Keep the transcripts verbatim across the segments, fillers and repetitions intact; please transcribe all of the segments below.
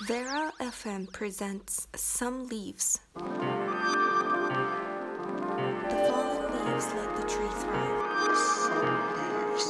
Vera エフエム presents Some Leaves. The fallen leaves let the tree thrive. Some leaves.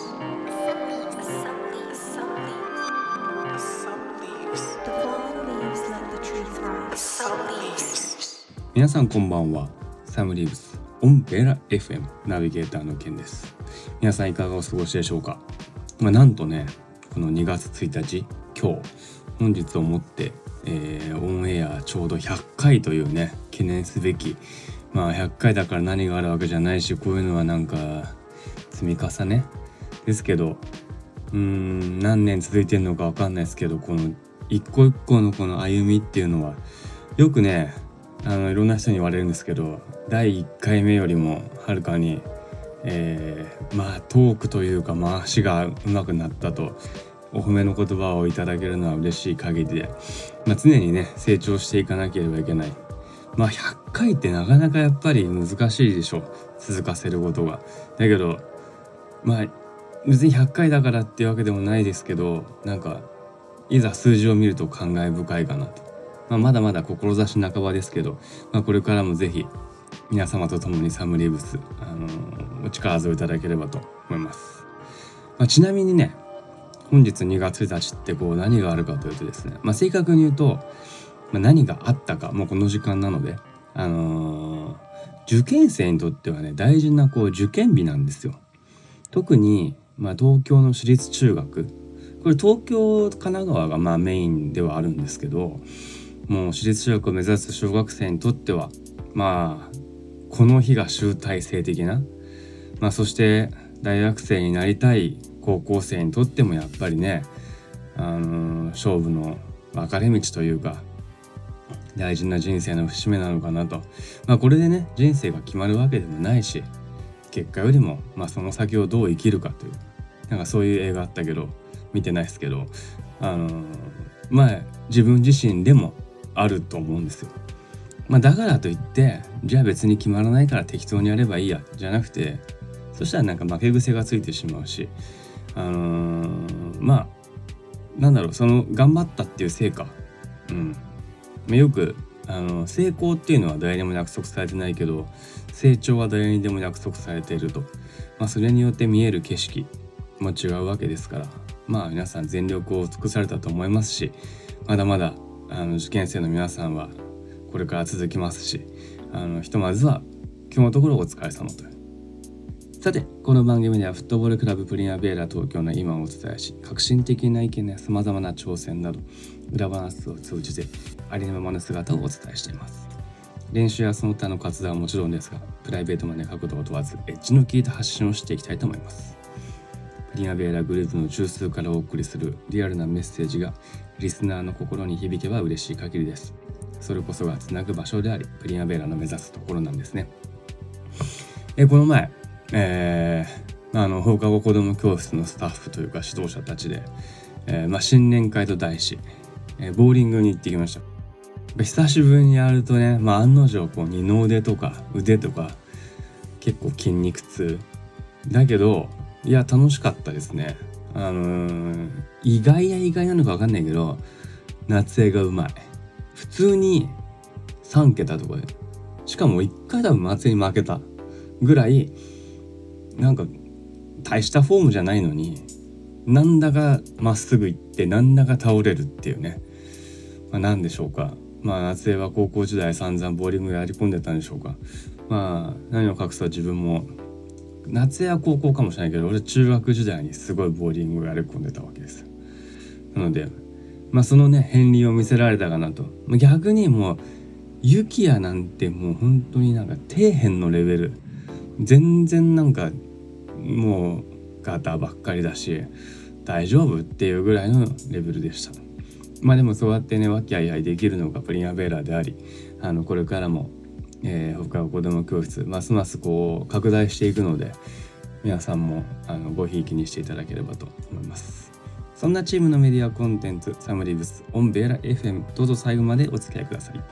Some leaves. Some leaves. Some leaves. The fallen leaves let the tree thrive. Some leaves. 皆さんこんばんは。サムリーブスオンベラ エフエム ナビゲーターのケンです。皆さんいかがお過ごしでしょうか。まあ、なんとねこのにがつついたち今日本日をもって、えー、オンエアちょうどひゃっかいというね記念すべき、まあひゃっかいだから何があるわけじゃないし、こういうのはなんか積み重ねですけど、うーん何年続いてるのかわかんないですけど、この一個一個のこの歩みっていうのはよくねあのいろんな人に言われるんですけど、だいいっかいめよりもはるかに、えー、まあトークというか回しが上手くなったとお褒めの言葉をいただけるのは嬉しい限りで、まあ、常にね成長していかなければいけない。まあひゃっかいってなかなかやっぱり難しいでしょ、続かせることが。だけどまあ別にひゃっかいだからっていうわけでもないですけど、なんかいざ数字を見ると感慨深いかなと。まあ、まだまだ志半ばですけど、まあ、これからもぜひ皆様と共にサムリーブス、あのー、お力添えいただければと思います。まあ、ちなみにね本日にがつついたちってこう何があるかというとですね、まあ、正確に言うと、まあ、何があったかもうこの時間なので、あのー、受験生にとってはね大事なこう受験日なんですよ。特に、まあ、東京の私立中学、これ東京神奈川がまあメインではあるんですけど、もう私立中学を目指す小学生にとってはまあこの日が集大成的な、まあ、そして大学生になりたい高校生にとってもやっぱりね、あのー、勝負の分かれ道というか大事な人生の節目なのかなと。まあこれでね人生が決まるわけでもないし、結果よりもまあその先をどう生きるかという、なんかそういう映画あったけど見てないですけど、あのー、まあ自分自身でもあると思うんですよ。まあだからといってじゃあ別に決まらないから適当にやればいいやじゃなくて、そしたらなんか負け癖がついてしまうし、あのー、まあなんだろう、その頑張ったっていう成果、うん、よくあの成功っていうのは誰にも約束されてないけど成長は誰にでも約束されていると、まあ、それによって見える景色も違うわけですから、まあ皆さん全力を尽くされたと思いますし、まだまだあの受験生の皆さんはこれから続きますし、あのひとまずは今日のところお疲れ様という。さてこの番組ではフットボールクラブプリンアベーラ東京の今をお伝えし、革新的な意見やさまざまな挑戦など裏話を通じてありのままの姿をお伝えしています。練習やその他の活動はもちろんですが、プライベートまで角度を問わずエッジの効いた発信をしていきたいと思います。プリンアベーラグループの中枢からお送りするリアルなメッセージがリスナーの心に響けば嬉しい限りです。それこそがつなぐ場所であり、プリンアベーラの目指すところなんですね。えこの前えー、あの放課後子ども教室のスタッフというか指導者たちで、えーまあ、新年会と題し、えー、ボーリングに行ってきました。久しぶりにやるとね、まあ、案の定こう二の腕とか腕とか結構筋肉痛だけど、いや楽しかったですね。あのー、意外や意外なのか分かんないけど夏江がうまい。普通にさんけたとかで、しかもいっかい多分夏江に負けたぐらい、なんか大したフォームじゃないのになんだかまっすぐ行ってなんだか倒れるっていうね、まあ、なんでしょうか。まあ夏江は高校時代散々ボーリングやり込んでたんでしょうか。まあ何を隠そう自分も夏江は高校かもしれないけど俺中学時代にすごいボーリングをやり込んでたわけですよ。なのでまあそのね片鱗を見せられたかなと。逆にもうユキヤなんてもう本当になんか底辺のレベル、全然なんかもうガタばっかりだし大丈夫っていうぐらいのレベルでした。まあでもそうやってね和気あいあいできるのがプリンアベーラであり、あのこれからも、えー、放課後子ども教室ますますこう拡大していくので、皆さんもあのごひいきにしていただければと思います。そんなチームのメディアコンテンツサムリーブスオンベーラ エフエム、 どうぞ最後までお付き合いください。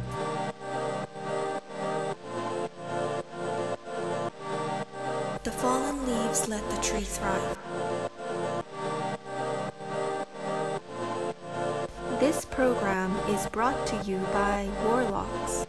The fallen leaves let the tree thrive. This program is brought to you by Warlocks.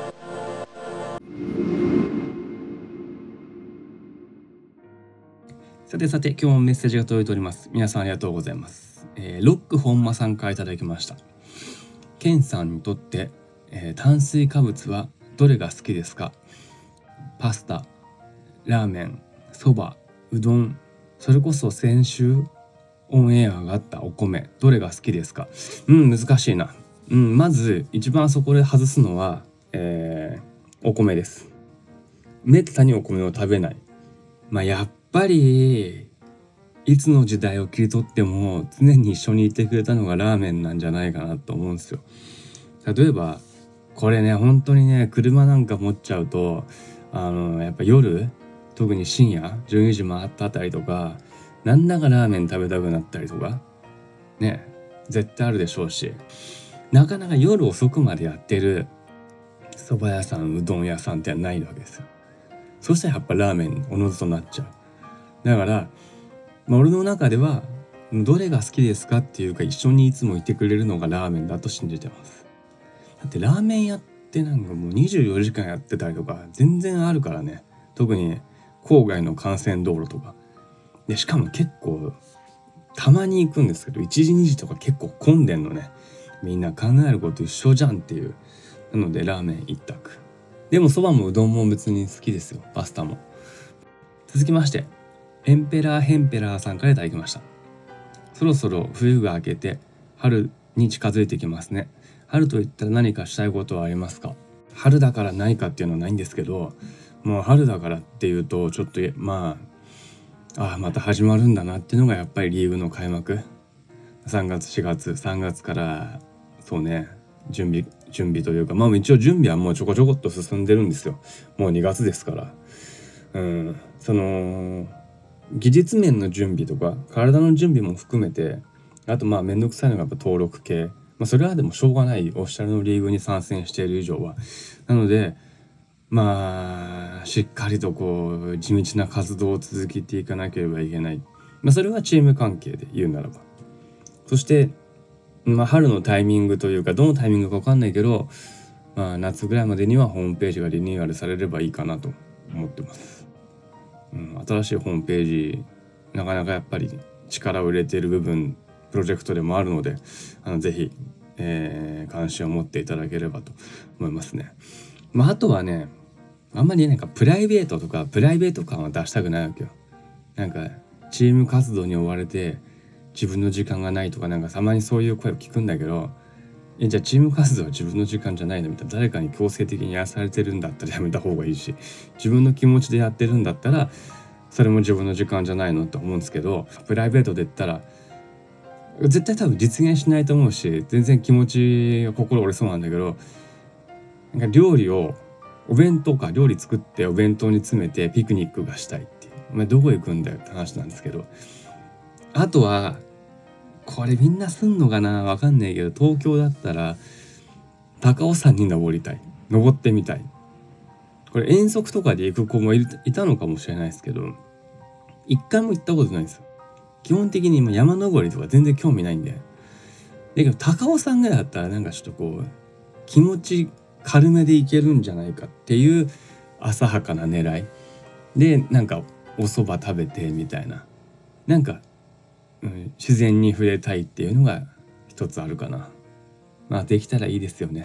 さてさて、今日もメッセージが届いております。皆さんありがとうございます。えー、ロック本間さんからいただきました。ケンさんにとって、えー、炭水化物はどれが好きですか？パスタ、ラーメン、そば、うどん、それこそ先週オンエアがあったお米、どれが好きですか？うん、難しいな。うん、まず一番そこで外すのは、えー、お米です。めったにお米を食べない。まあやっぱりいつの時代を切り取っても常に一緒にいてくれたのがラーメンなんじゃないかなと思うんですよ。例えばこれね、本当にね、車なんか持っちゃうとあのやっぱ夜、特に深夜じゅうにじ回ったあたりとか、なんだかラーメン食べたくなったりとかね、絶対あるでしょうし、なかなか夜遅くまでやってる蕎麦屋さん、うどん屋さんってないわけですよ。そしたらやっぱラーメンおのずとなっちゃう。だから、まあ、俺の中ではどれが好きですかっていうか、一緒にいつもいてくれるのがラーメンだと信じてます。だってラーメン屋ってなんかもうにじゅうよじかんやってたりとか全然あるからね。特に郊外の幹線道路とかで、しかも結構たまに行くんですけど、いちじにじとか結構混んでんのね。みんな考えること一緒じゃんっていう。なのでラーメン一択。でもそばもうどんも別に好きですよ。パスタも。続きまして、エンペラーヘンペラーさんからいただきました。そろそろ冬が明けて春に近づいてきますね。春といったら何かしたいことはありますか？春だから何かっていうのはないんですけど、もう春だからっていうとちょっとまあああまた始まるんだなっていうのがやっぱりリーグの開幕。さんがつしがつさんがつからそうね、準備準備というか、まあ一応準備はもうちょこちょこっと進んでるんですよ。もうにがつですから、うん、その技術面の準備とか体の準備も含めて、あとまあめんどくさいのがやっぱ登録系、まあそれはでもしょうがない、オフィシャルのリーグに参戦している以上は。なのでまあしっかりとこう地道な活動を続けていかなければいけない。まあそれはチーム関係で言うならば。そしてまあ春のタイミングというか、どのタイミングか分かんないけど、まあ夏ぐらいまでにはホームページがリニューアルされればいいかなと思ってます。うん、新しいホームページなかなかやっぱり力を入れている部分、プロジェクトでもあるので、あのぜひ、えー、関心を持っていただければと思いますね。まああとはね、あんまりなんかプライベートとかプライベート感は出したくないわけよ。なんかチーム活動に追われて自分の時間がないとか、なんかたまにそういう声を聞くんだけど、えじゃあチーム活動は自分の時間じゃないのみたいな、誰かに強制的にやらされてるんだったらやめた方がいいし、自分の気持ちでやってるんだったらそれも自分の時間じゃないのって思うんですけど、プライベートで言ったら絶対多分実現しないと思うし、全然気持ち心折れそうなんだけど、なんか料理をお弁当か料理作ってお弁当に詰めてピクニックがしたいっていう、お前どこ行くんだよって話なんですけど、あとはこれみんなすんのかな、わかんないけど、東京だったら高尾山に登りたい、登ってみたい。これ遠足とかで行く子も い, いたのかもしれないですけど、一回も行ったことないんですよ。基本的に今山登りとか全然興味ないんで。だけど高尾山ぐらいだったらなんかちょっとこう気持ち軽めで行けるんじゃないかっていう浅はかな狙いで、なんかお蕎麦食べてみたいな、なんか、うん、自然に触れたいっていうのが一つあるかな。まあできたらいいですよね。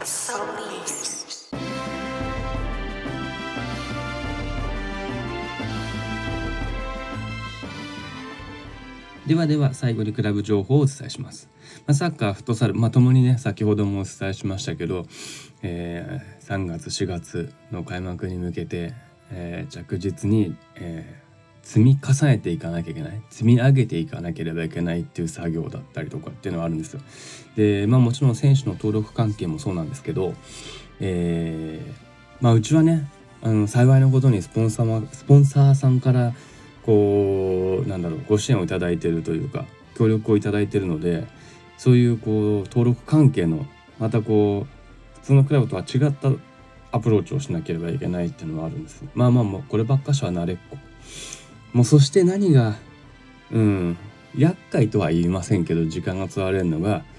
ではでは最後にクラブ情報をお伝えします。まあ、サッカー、フットサル、まあ、ともにね先ほどもお伝えしましたけど、えー、さんがつしがつの開幕に向けて、えー、着実に、えー、積み重ねていかなきゃいけない、積み上げていかなければいけないっていう作業だったりとかっていうのはあるんですよ。で、まあもちろん選手の登録関係もそうなんですけど、えー、まあうちはね、あの幸いなことにスポンサー、スポンサーさんからこうなんだろうご支援をいただいているというか協力をいただいているので、そういうこう登録関係のまたこう普通のクラブとは違ったアプローチをしなければいけないっていうのはあるんです。まあまあもうこればっかしは慣れっこ。もうそして何がうん厄介とは言いませんけど時間が取られるのが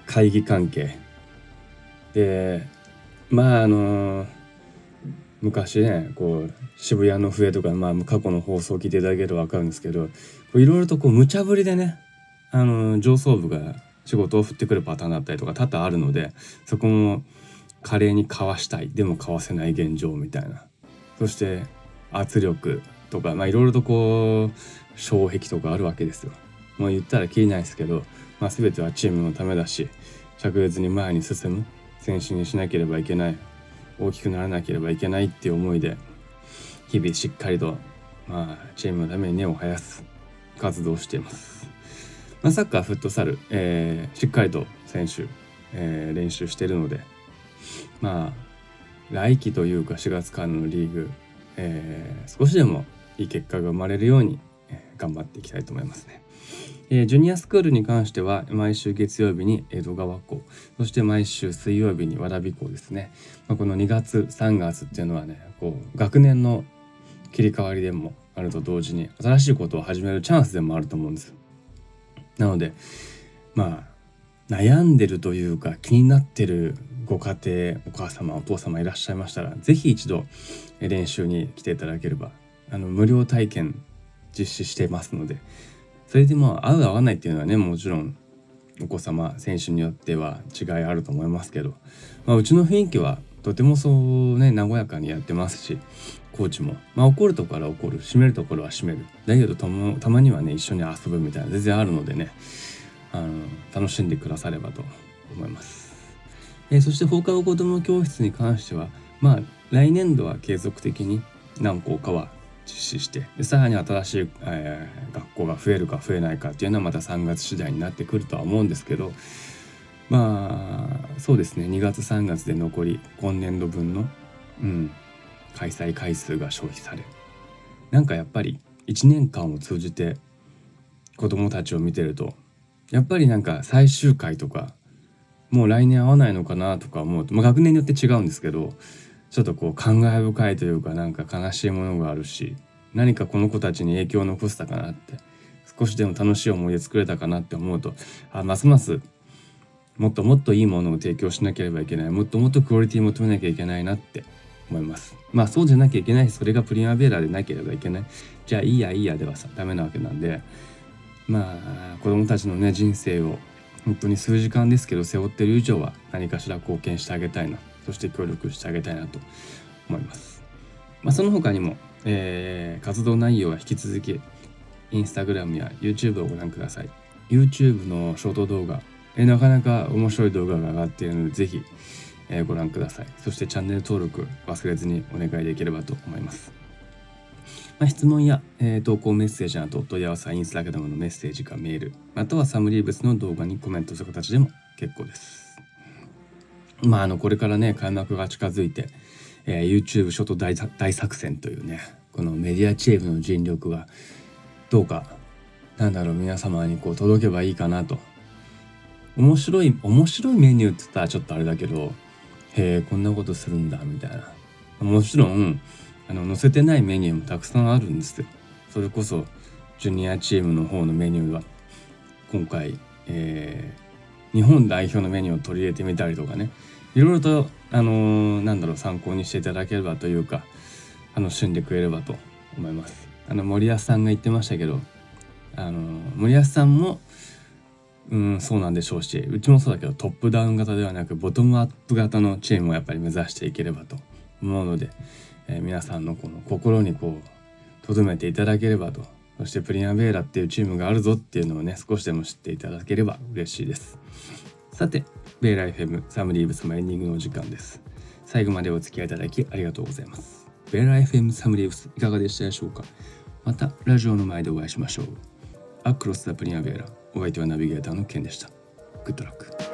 会議関係で、まああの昔ねこう渋谷の笛とか、まあ、過去の放送を聞いていただけると分かるんですけど、いろいろとこう無茶ぶりでね、あの上層部が仕事を振ってくるパターンだったりとか多々あるので、そこも華麗にかわしたい、でもかわせない現状みたいな、そして圧力とか、まあいろいろとこう障壁とかあるわけですよ。もう言ったらきりないですけど、まあ、全てはチームのためだし、着実に前に進む選手にしなければいけない、大きくならなければいけないっていう思いで日々しっかりと、まあ、チームのために根を生やす活動をしています。まあ、サッカー、フットサル、えー、しっかりと選手、えー、練習しているので、まあ来季というかしがつからのリーグ、えー、少しでもいい結果が生まれるように、えー、頑張っていきたいと思いますね。えー、ジュニアスクールに関しては毎週月曜日に江戸川校、そして毎週水曜日に蕨校ですね。まあ、このにがつさんがつっていうのはね、こう学年の切り替わりでもあると同時に新しいことを始めるチャンスでもあると思うんです。なのでまあ悩んでるというか気になってるご家庭、お母様お父様いらっしゃいましたら、ぜひ一度練習に来ていただければ、あの無料体験実施してますので、それでまあ合う合わないっていうのはね、もちろんお子様選手によっては違いあると思いますけど、まあ、うちの雰囲気はとてもそうね和やかにやってますし、コーチも、まあ、怒るところは怒る、締めるところは締める、だけどたま、たまにはね一緒に遊ぶみたいな全然あるのでね、あの楽しんでくださればと思います。えー、そして放課後子ども教室に関しては、まあ来年度は継続的に何校かは実施して、でさらに新しい、えー、学校が増えるか増えないかっていうのはまたさんがつ次第になってくるとは思うんですけど、まあそうですね、にがつさんがつで残り今年度分の、うん、開催回数が消費され、なんかやっぱりいちねんかんを通じて子どもたちを見てると、やっぱりなんか最終回とかもう来年会わないのかなとか思うと、まあ、学年によって違うんですけど、ちょっとこう感慨深いというか、なんか悲しいものがあるし、何かこの子たちに影響を残せたかなって、少しでも楽しい思い出作れたかなって思うと、あますますもっともっといいものを提供しなければいけない、もっともっとクオリティ求めなきゃいけないなって思います。まあそうじゃなきゃいけない、それがプリマベーラでなければいけない、じゃあいいやいいやではさダメなわけなんで、まあ子どもたちのね人生を本当に数時間ですけど背負っている以上は何かしら貢献してあげたいな、そして協力してあげたいなと思います。まあ、その他にも、えー、活動内容は引き続きインスタグラムや YouTube をご覧ください。 YouTube のショート動画、えー、なかなか面白い動画が上がっているのでぜひ、えー、ご覧ください。そしてチャンネル登録忘れずにお願いできればと思います。まあ、質問や、えー、投稿メッセージなどお問い合わせはインスタグラムのメッセージかメール、またはサムリーブスの動画にコメントする形でも結構です。まああのこれからね開幕が近づいて、えー、YouTube ショート 大, 大作戦というね、このメディアチームの尽力がどうかなんだろう皆様にこう届けばいいかなと。面白い面白いメニューって言ったらちょっとあれだけど、へえこんなことするんだみたいな、もちろんあの載せてないメニューもたくさんあるんですよ。それこそジュニアチームの方のメニューは今回、えー、日本代表のメニューを取り入れてみたりとかね、いろいろと、あのー、なんだろう参考にしていただければというか楽しんでくれればと思います。あの森保さんが言ってましたけど、あのー、森保さんもうんそうなんでしょうし、うちもそうだけどトップダウン型ではなくボトムアップ型のチームをやっぱり目指していければと思うので、えー、皆さんのこの心にこう留めていただければと、そしてプリマベーラっていうチームがあるぞっていうのをね少しでも知っていただければ嬉しいです。さてベーラ エフエム サムリーブスもエンディングのお時間です。最後までお付き合いいただきありがとうございます。ベーラ エフエム サムリーブスいかがでしたでしょうか。またラジオの前でお会いしましょう。アクロスザプリマベーラ、お相手はナビゲーターのケンでした。グッドラック。